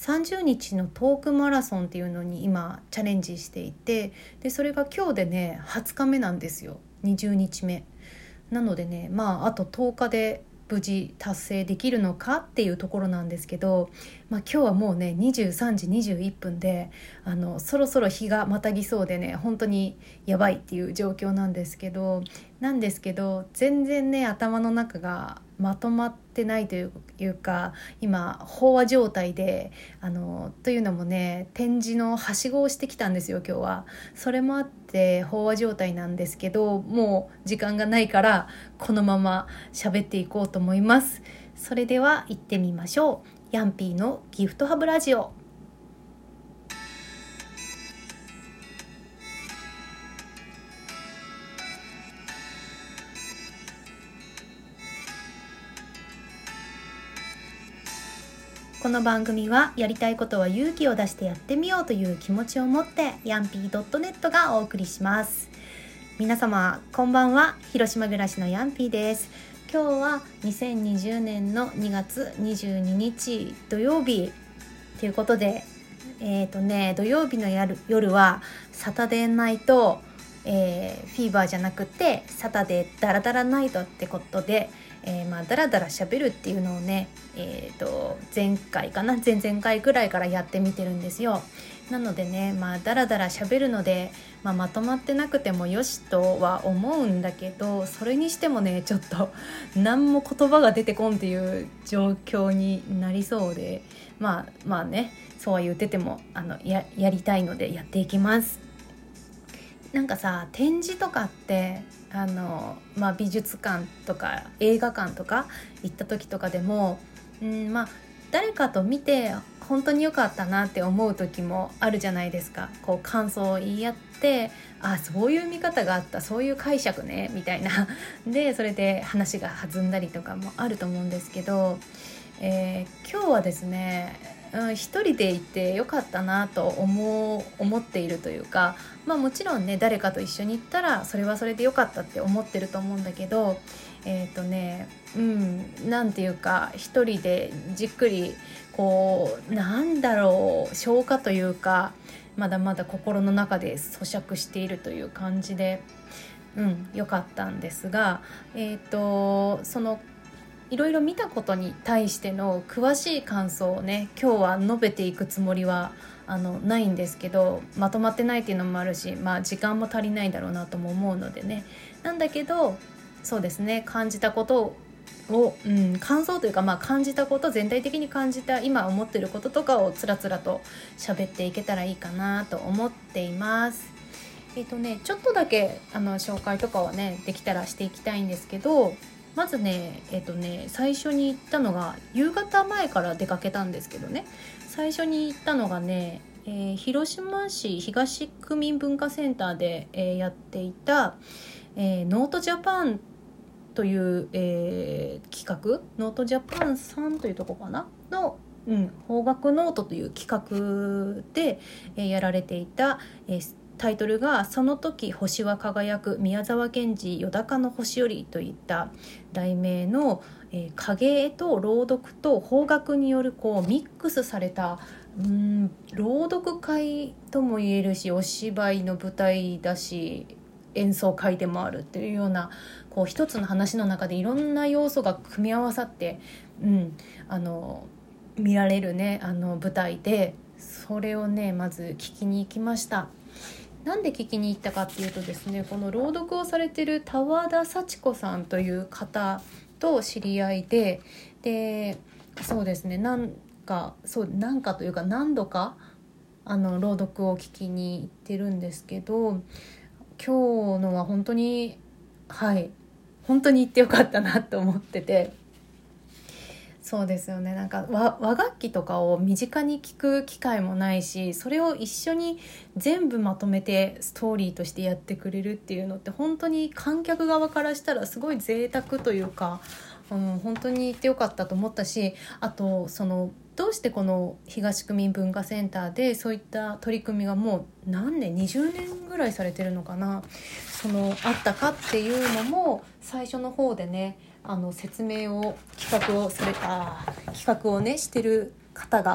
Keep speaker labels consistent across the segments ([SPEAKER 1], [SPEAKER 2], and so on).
[SPEAKER 1] 30日のトークマラソンっていうのに今チャレンジしていて、でそれが今日でね20日目なんですよ。20日目なのでね、あと10日で無事達成できるのかっていうところなんですけど、今日はもうね23時21分でそろそろ日がまたぎそうでね、本当にやばいっていう状況なんですけど全然ね頭の中がまとまってないというか、今飽和状態でというのもね、展示のはしごをしてきたんですよ今日は。それもあって飽和状態なんですけど、もう時間がないからこのまま喋っていこうと思います。それでは行ってみましょう。ヤンピーのギフトハブラジオ。この番組はやりたいことは勇気を出してやってみようという気持ちを持ってヤンピー .net がお送りします。皆様こんばんは。広島暮らしのヤンピーです。今日は2020年の2月22日土曜日ということで、土曜日の夜はサタデーナイト、フィーバーじゃなくてサタデーダラダラナイトってことで、ダラダラ喋るっていうのをね、前々回ぐらいからやってみてるんですよ。なのでね、ダラダラ喋るので、まとまってなくてもよしとは思うんだけど、それにしてもねちょっと何も言葉が出てこんっていう状況になりそうで、まあね、そうは言っててもやりたいのでやっていきます。なんかさ、展示とかって美術館とか映画館とか行った時とかでも、誰かと見て本当に良かったなって思う時もあるじゃないですか。こう感想を言い合って、そういう見方があった、そういう解釈ねみたいなで、それで話が弾んだりとかもあると思うんですけど、今日はですね、一人でいてよかったなと思っているというか、もちろんね誰かと一緒に行ったらそれはそれでよかったって思ってると思うんだけど、なんていうか一人でじっくり消化というか、まだまだ心の中で咀嚼しているという感じで、よかったんですが、そのいろいろ見たことに対しての詳しい感想をね今日は述べていくつもりはないんですけど、まとまってないっていうのもあるし、時間も足りないだろうなとも思うのでね、なんだけどそうですね、感じたことを、感想というか、感じたこと、全体的に感じた今思ってることとかをつらつらと喋っていけたらいいかなと思っています。ちょっとだけ紹介とかはねできたらしていきたいんですけど、まずね、最初に行ったのが夕方前から出かけたんですけどね、最初に行ったのがね、広島市東区民文化センターで、やっていた、ノートジャパンという、企画、ノートジャパンさんというとこかなの、邦楽ノートという企画で、やられていた、タイトルがその時星は輝く宮沢賢治よだかの星よりといった題名の、影絵と朗読と邦楽によるミックスされた朗読会とも言えるし、お芝居の舞台だし演奏会でもあるっていうような、一つの話の中でいろんな要素が組み合わさって、見られるね舞台で、それをねまず聞きに行きました。なんで聞きに行ったかっていうとですね、この朗読をされてる田和田幸子さんという方と知り合いで、そうですね、なんかというか何度か朗読を聞きに行ってるんですけど、今日のは本当に行ってよかったなと思ってて、そうですよね、なんか和楽器とかを身近に聞く機会もないし、それを一緒に全部まとめてストーリーとしてやってくれるっていうのって本当に観客側からしたらすごい贅沢というか、本当に行ってよかったと思ったし、あとどうしてこの東区民文化センターでそういった取り組みがもう何年20年ぐらいされてるのかな、あったかっていうのも最初の方でね説明を企画をねしてる方が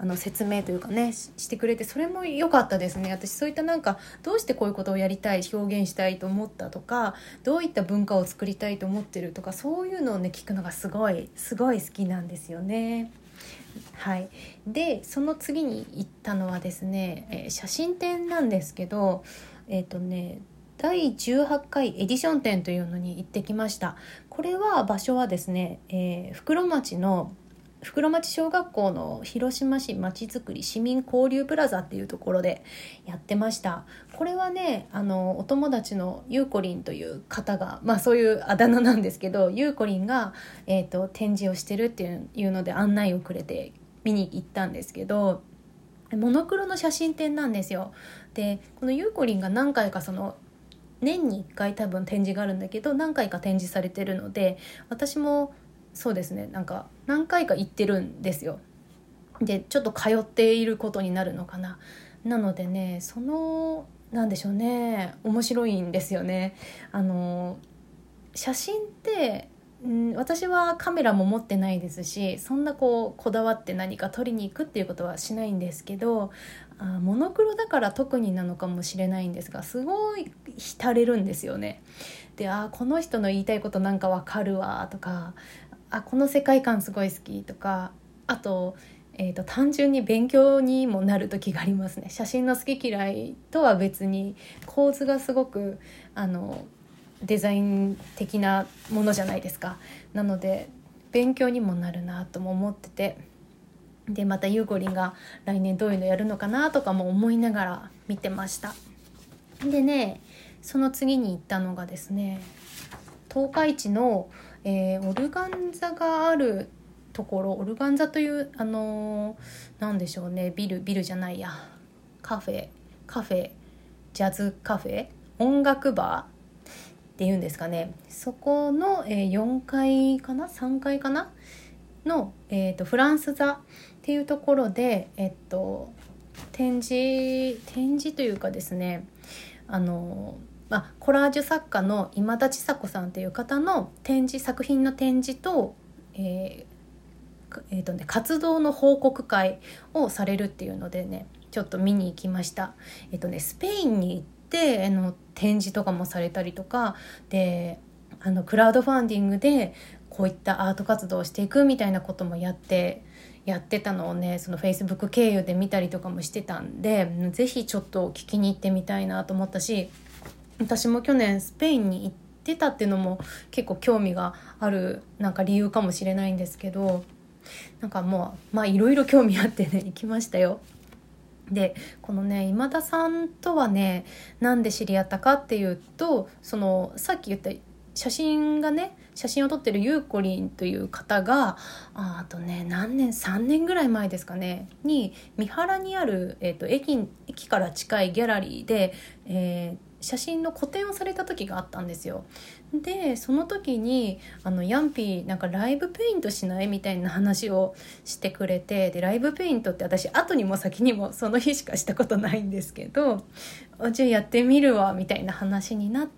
[SPEAKER 1] 説明というかねしてくれて、それも良かったですね。私そういったなんかどうしてこういうことをやりたい、表現したいと思ったとか、どういった文化を作りたいと思ってるとか、そういうのをね聞くのがすごい好きなんですよね。はい、でその次に行ったのはですね、写真展なんですけど、第18回エディション展というのに行ってきました。これは場所はですね、袋町小学校の広島市まちづくり市民交流プラザっていうところでやってました。これはね、お友達のゆうこりんという方が、そういうあだ名なんですけど、ゆうこりんが、展示をしてるっていうので案内をくれて見に行ったんですけど、モノクロの写真展なんですよ。でこのゆうこりんが何回か年に1回多分展示があるんだけど、何回か展示されてるので、私もそうですね、なんか何回か行ってるんですよ。でちょっと通っていることになるのかな。なのでね、なんでしょうね、面白いんですよね。写真って、私はカメラも持ってないですし、そんなこだわって何か撮りに行くっていうことはしないんですけど、モノクロだから特になのかもしれないんですが、すごい浸れるんですよね。でこの人の言いたいことなんかわかるわとか、この世界観すごい好きとか、あと、単純に勉強にもなる時がありますね。写真の好き嫌いとは別に構図がすごくデザイン的なものじゃないですか。なので勉強にもなるなとも思ってて、でまたゆうこりんが来年どういうのやるのかなとかも思いながら見てました。でね、その次に行ったのがですね、東海地の、オルガン座があるところ、オルガン座というなんでしょうね、ビルじゃないや、カフェジャズカフェ、音楽バーっていうんですかね、そこの、4階かな3階かなの、フランス座っていうところで、展示というかですね、コラージュ作家の今田千佐子さんという方の作品の展示と、活動の報告会をされるっていうのでね、ちょっと見に行きました。スペインに行って展示とかもされたりとかで、クラウドファンディングでこういったアート活動をしていくみたいなこともやってたのをね、その Facebook 経由で見たりとかもしてたんで、ぜひちょっと聞きに行ってみたいなと思ったし、私も去年スペインに行ってたっていうのも結構興味があるなんか理由かもしれないんですけど、なんかもういろいろ興味あってね行きましたよ。でこのね今田さんとはね、なんで知り合ったかっていうと、さっき言った写真を撮ってるゆうこりんという方があとね3年ぐらい前ですかねに三原にある、駅から近いギャラリーで、写真の個展をされた時があったんですよ。でその時にヤンピーなんかライブペイントしないみたいな話をしてくれて、でライブペイントって私後にも先にもその日しかしたことないんですけど、じゃあやってみるわみたいな話になって、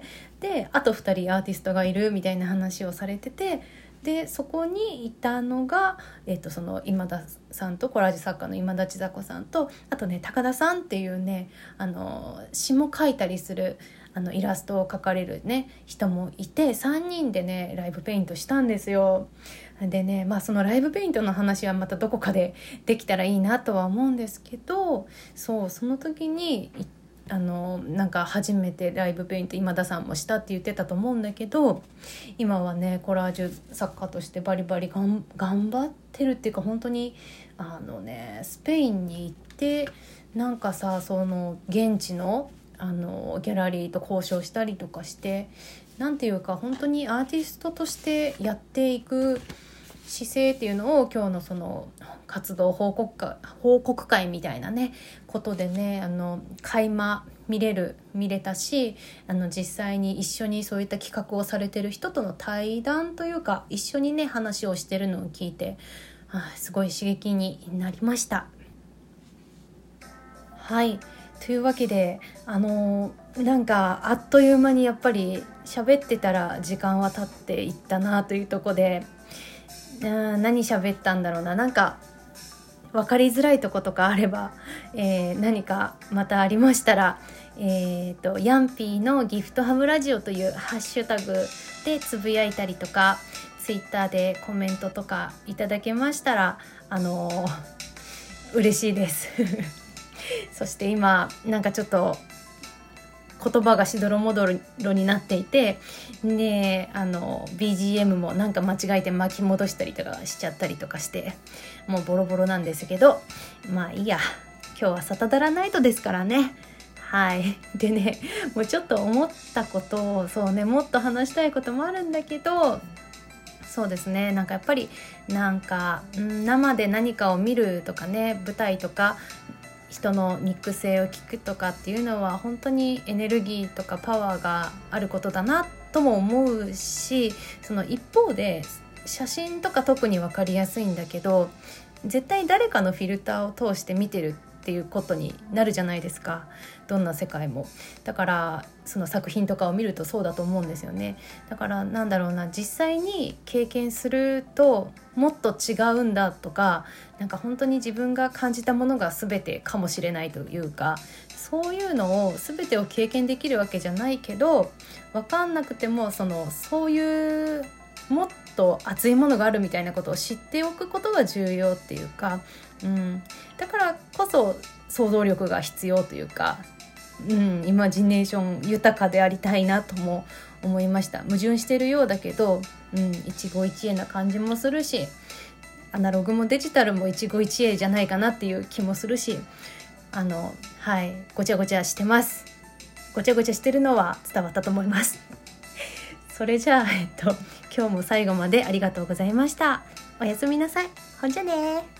[SPEAKER 1] であと2人アーティストがいるみたいな話をされてて、でそこにいたのが、その今田さんとコラージュ作家の今田千佐子さんと、あとね高田さんっていうね詩も書いたりするイラストを描かれるね人もいて、3人でねライブペイントしたんですよ。でねそのライブペイントの話はまたどこかでできたらいいなとは思うんですけど、その時になんか初めてライブペイント今田さんもしたって言ってたと思うんだけど、今はねコラージュ作家としてバリバリ頑張ってるっていうか、本当にスペインに行ってなんかさ、現地のギャラリーと交渉したりとかして、なんていうか本当にアーティストとしてやっていく姿勢っていうのを今日のその活動報告会みたいなねことでね垣間見れたし、実際に一緒にそういった企画をされてる人との対談というか、一緒にね話をしてるのを聞いて、すごい刺激になりました。はい、というわけでなんかあっという間にやっぱり喋ってたら時間は経っていったなというところで、何喋ったんだろうな、なんか分かりづらいとことかあれば、何かまたありましたら、ヤンピーのギフトハムラジオというハッシュタグでつぶやいたりとか、ツイッターでコメントとかいただけましたら嬉しいですそして今なんかちょっと言葉がしどろもどろになっていてね、BGM もなんか間違えて巻き戻したりとかしちゃったりとかしてもうボロボロなんですけど、まあいいや、今日はサタダラナイトですからね。はい。でね、もうちょっと思ったことをそうね、もっと話したいこともあるんだけど、そうですね、なんかやっぱりなんか生で何かを見るとかね、舞台とか人の肉声を聞くとかっていうのは本当にエネルギーとかパワーがあることだなとも思うし、その一方で写真とか特に分かりやすいんだけど、絶対誰かのフィルターを通して見てるっていうことになるじゃないですか、どんな世界も。だからその作品とかを見るとそうだと思うんですよね。だからなんだろうな、実際に経験するともっと違うんだとか、なんか本当に自分が感じたものが全てかもしれないというか、そういうのを全てを経験できるわけじゃないけど、分かんなくてもそういうもっと熱いものがあるみたいなことを知っておくことが重要っていうか、だからこそ想像力が必要というか、イマジネーション豊かでありたいなとも思いました。矛盾してるようだけど、一期一会な感じもするし、アナログもデジタルも一期一会じゃないかなっていう気もするし、ごちゃごちゃしてます。ごちゃごちゃしてるのは伝わったと思いますそれじゃあ、今日も最後までありがとうございました。おやすみなさい。ほんじゃね。